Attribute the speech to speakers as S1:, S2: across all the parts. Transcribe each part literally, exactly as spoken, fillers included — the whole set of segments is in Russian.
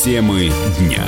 S1: Темы дня.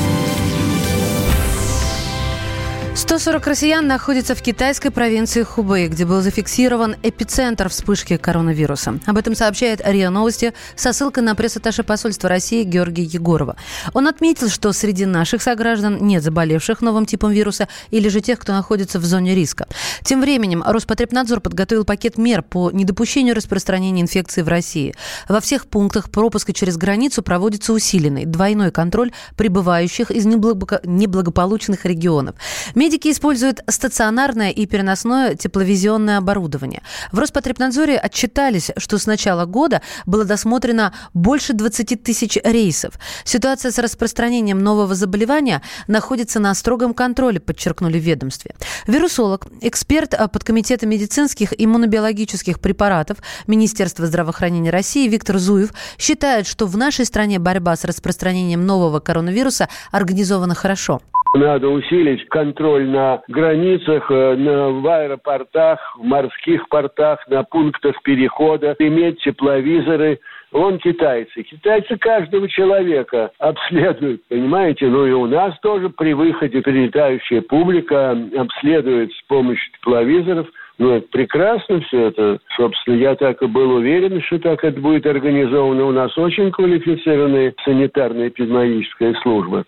S2: сто сорок россиян находятся в китайской провинции Хубэй, где был зафиксирован эпицентр вспышки коронавируса. Об этом сообщает РИА Новости со ссылкой на пресс-атташе посольства России Георгия Егорова. Он отметил, что среди наших сограждан нет заболевших новым типом вируса или же тех, кто находится в зоне риска. Тем временем Роспотребнадзор подготовил пакет мер по недопущению распространения инфекции в России. Во всех пунктах пропуска через границу проводится усиленный двойной контроль прибывающих из неблагополучных регионов. Медики используют стационарное и переносное тепловизионное оборудование. В Роспотребнадзоре отчитались, что с начала года было досмотрено больше двадцать тысяч рейсов. Ситуация с распространением нового заболевания находится на строгом контроле, подчеркнули в ведомстве. Вирусолог, эксперт подкомитета медицинских и иммунобиологических препаратов Министерства здравоохранения России Виктор Зуев считает, что в нашей стране борьба с распространением нового коронавируса организована хорошо.
S3: Надо усилить контроль на границах, на, в аэропортах, в морских портах, на пунктах перехода, иметь тепловизоры. Вон китайцы. Китайцы каждого человека обследуют, понимаете? Ну и у нас тоже при выходе прилетающая публика обследует с помощью тепловизоров. Ну, это прекрасно все это. Собственно, я так и был уверен, что так это будет организовано. У нас очень квалифицированная санитарно-эпидемиологическая служба.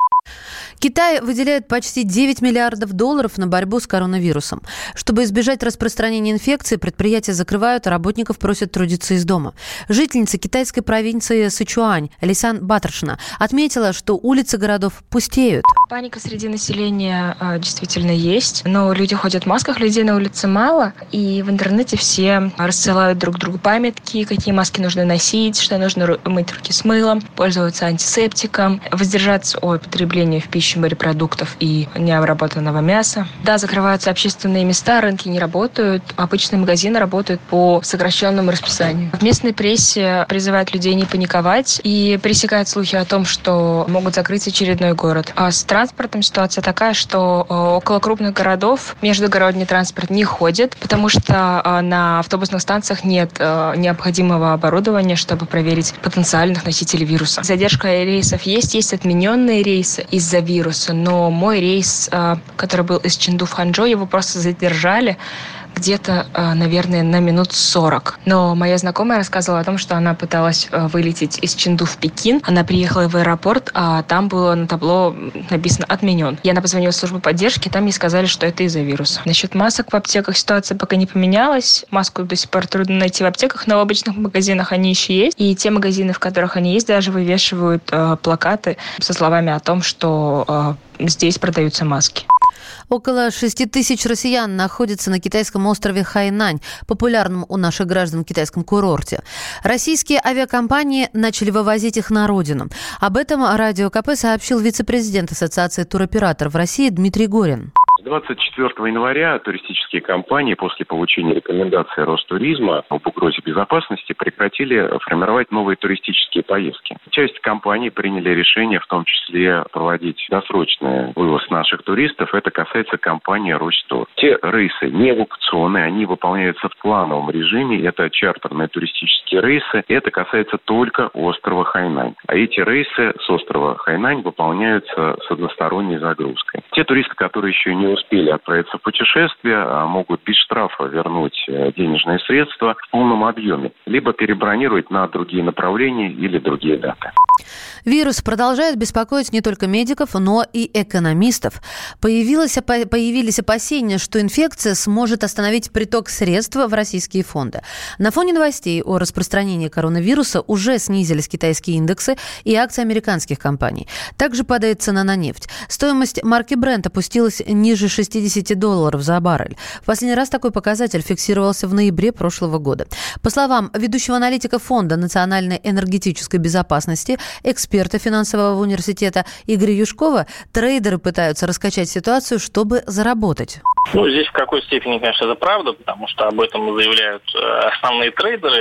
S2: Китай выделяет почти девять миллиардов долларов на борьбу с коронавирусом. Чтобы избежать распространения инфекции, предприятия закрывают, а работников просят трудиться из дома. Жительница китайской провинции Сычуань Лейсан Батаршина отметила, что улицы городов пустеют.
S4: Паника среди населения э, действительно есть, но люди ходят в масках, людей на улице мало, и в интернете все рассылают друг другу памятки, какие маски нужно носить, что нужно ру- мыть руки с мылом, пользоваться антисептиком, воздержаться от потребления в пищу морепродуктов и необработанного мяса. Да, закрываются общественные места, рынки не работают, обычные магазины работают по сокращенному расписанию. В местной прессе призывают людей не паниковать и пресекают слухи о том, что могут закрыть очередной город. А с транспортом ситуация такая, что около крупных городов междугородний транспорт не ходит, потому что на автобусных станциях нет необходимого оборудования, чтобы проверить потенциальных носителей вируса. Задержка рейсов есть, есть отмененные рейсы из-за вируса, но мой рейс, который был из Чэнду в Ханчжоу, его просто задержали где-то, наверное, на минут сорок. Но моя знакомая рассказывала о том, что она пыталась вылететь из Чэнду в Пекин. Она приехала в аэропорт, а там было на табло написано «отменен». И она позвонила в службу поддержки, там ей сказали, что это из-за вируса. Насчет масок в аптеках ситуация пока не поменялась. Маску до сих пор трудно найти в аптеках, но в обычных магазинах они еще есть. И те магазины, в которых они есть, даже вывешивают э, плакаты со словами о том, что э, здесь продаются маски.
S2: Около шести тысяч россиян находятся на китайском острове Хайнань, популярном у наших граждан китайском курорте. Российские авиакомпании начали вывозить их на родину. Об этом Радио КП сообщил вице-президент Ассоциации туроператоров России Дмитрий Горин.
S5: С двадцать четвёртого января туристические компании после получения рекомендаций Ростуризма об угрозе безопасности прекратили формировать новые туристические поездки. Часть компаний приняли решение в том числе проводить досрочный вывоз наших туристов. Это касается компании Ростур. Те рейсы не эвакуационные, они выполняются в плановом режиме. Это чартерные туристические рейсы. Это касается только острова Хайнань. А эти рейсы с острова Хайнань выполняются с односторонней загрузкой. Те туристы, которые еще не успели отправиться в путешествие, могут без штрафа вернуть денежные средства в полном объеме, либо перебронировать на другие направления или другие даты.
S2: Вирус продолжает беспокоить не только медиков, но и экономистов. Появилось, появились опасения, что инфекция сможет остановить приток средств в российские фонды. На фоне новостей о распространении коронавируса уже снизились китайские индексы и акции американских компаний. Также падает цена на нефть. Стоимость марки Brent опустилась ниже шестьдесят долларов за баррель. В последний раз такой показатель фиксировался в ноябре прошлого года. По словам ведущего аналитика Фонда национальной энергетической безопасности, эксперта финансового университета Игоря Юшкова, трейдеры пытаются раскачать ситуацию, чтобы заработать.
S6: Ну, здесь в какой степени, конечно, это правда, потому что об этом заявляют основные трейдеры, но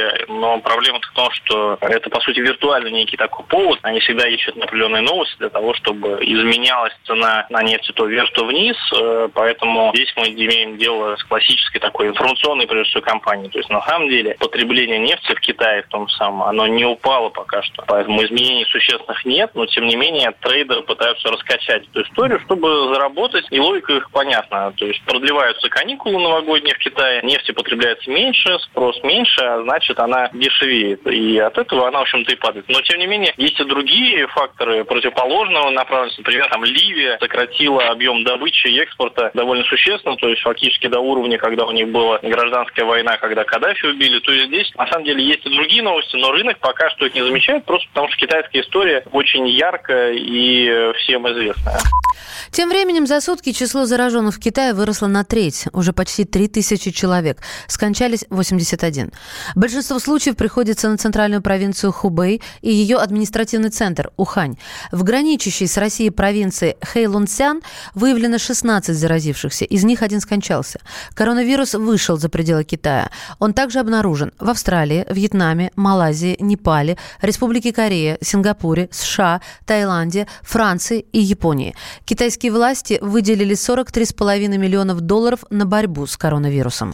S1: но проблема в том, что это, по сути, виртуальный некий такой повод. Они всегда ищут определенные новости для того, чтобы изменялась цена на нефть то вверх, то вниз. Поэтому здесь мы имеем дело с классической такой информационной, прежде всего, компанией. То есть, на самом деле, потребление нефти в Китае, в том самом, оно не упало пока что. Поэтому изменений существенных нет, но, тем не менее, трейдеры пытаются раскачать эту историю, чтобы заработать. И логика их понятна. То есть, продлеваются каникулы новогодние в Китае, нефти потребляется меньше, спрос меньше, а значит, она дешевеет. И от этого она, в общем-то, и падает. Но, тем не менее, есть и другие факторы противоположного направленности. Например, там Ливия сократила объем добычи и экспорта довольно существенно, то есть фактически до уровня, когда у них была гражданская война, когда Каддафи убили. То есть здесь, на самом деле, есть и другие новости, но рынок пока что их не замечает, просто потому что китайская история очень яркая и всем известная.
S2: Тем временем за сутки число зараженных в Китае выросло на треть. Уже почти три тысячи человек. Скончались восемьдесят один. Большинство случаев приходится на центральную провинцию Хубэй и ее административный центр Ухань. В граничащей с Россией провинции Хэйлунцзян выявлено шестнадцать заразившихся. Из них один скончался. Коронавирус вышел за пределы Китая. Он также обнаружен в Австралии, Вьетнаме, Малайзии, Непале, Республике Корея, Сингапуре, США, Таиланде, Франции и Японии. Китайские власти выделили сорок три с половиной миллионов долларов на борьбу с коронавирусом.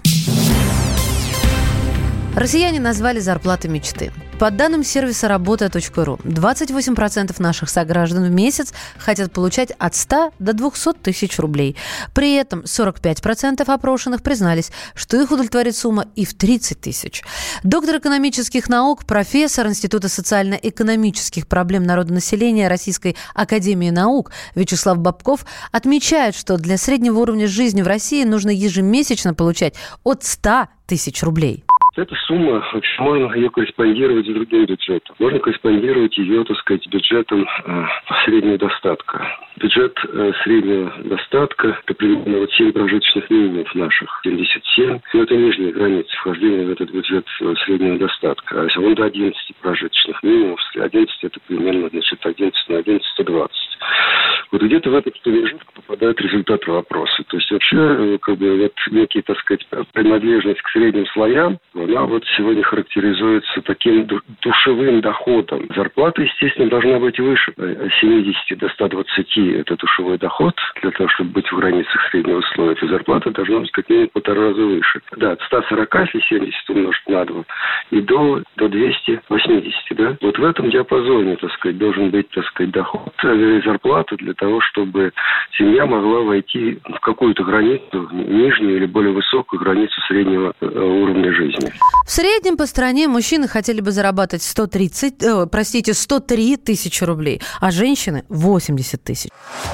S2: Россияне назвали зарплаты мечты. По данным сервиса работа точка ру, двадцать восемь процентов наших сограждан в месяц хотят получать от ста до двухсот тысяч рублей. При этом сорок пять процентов опрошенных признались, что их удовлетворит сумма и в тридцать тысяч. Доктор экономических наук, профессор Института социально-экономических проблем народонаселения Российской академии наук Вячеслав Бабков отмечает, что для среднего уровня жизни в России нужно ежемесячно получать от ста тысяч рублей.
S6: Эта сумма, можно ее корреспондировать с другим бюджетом. Можно корреспондировать ее, так сказать, бюджетом э, среднего достатка. Бюджет э, среднего достатка – это примерно вот семь прожиточных минимумов наших, семьдесят семь. Но это нижняя граница вхождения в этот бюджет среднего достатка. А если он до одиннадцати прожиточных минимумов, одиннадцать – это примерно, значит, одиннадцать на одиннадцать – сто двадцать. Вот где-то в этот промежуток попадают результаты вопроса. То есть вообще, как бы, вот некие, так сказать, принадлежность к средним слоям, она вот сегодня характеризуется таким душевым доходом. Зарплата, естественно, должна быть выше. От семидесяти до ста двадцати – это душевой доход. Для того, чтобы быть в границах среднего слоя, эта зарплата должна быть как минимум в полтора раза выше. Да, от ста сорока, если семьдесят умножить на два, и до, до двухсот восьмидесяти, да. Вот в этом диапазоне, так сказать, должен быть, так сказать, доход и зарплата для того, чтобы семья могла войти в какую-то границу, нижнюю или более высокую границу среднего уровня жизни.
S2: В среднем по стране мужчины хотели бы зарабатывать сто тридцать, э, простите, сто три тысячи рублей, а женщины – восемьдесят тысяч.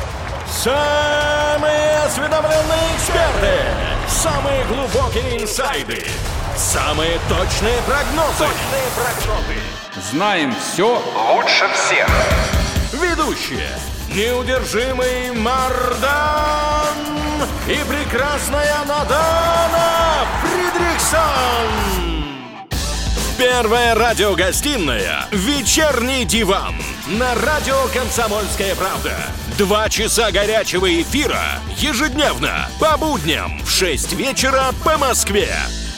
S7: Самые осведомленные эксперты, самые глубокие инсайды, самые точные прогнозы. Точные прогнозы.
S8: Знаем все лучше всех.
S7: Ведущие: неудержимый Мардан и прекрасная Надана Фридрихсон. Первая радиогостинная «Вечерний диван» на радио «Комсомольская правда». Два часа горячего эфира ежедневно по будням в шесть вечера по Москве.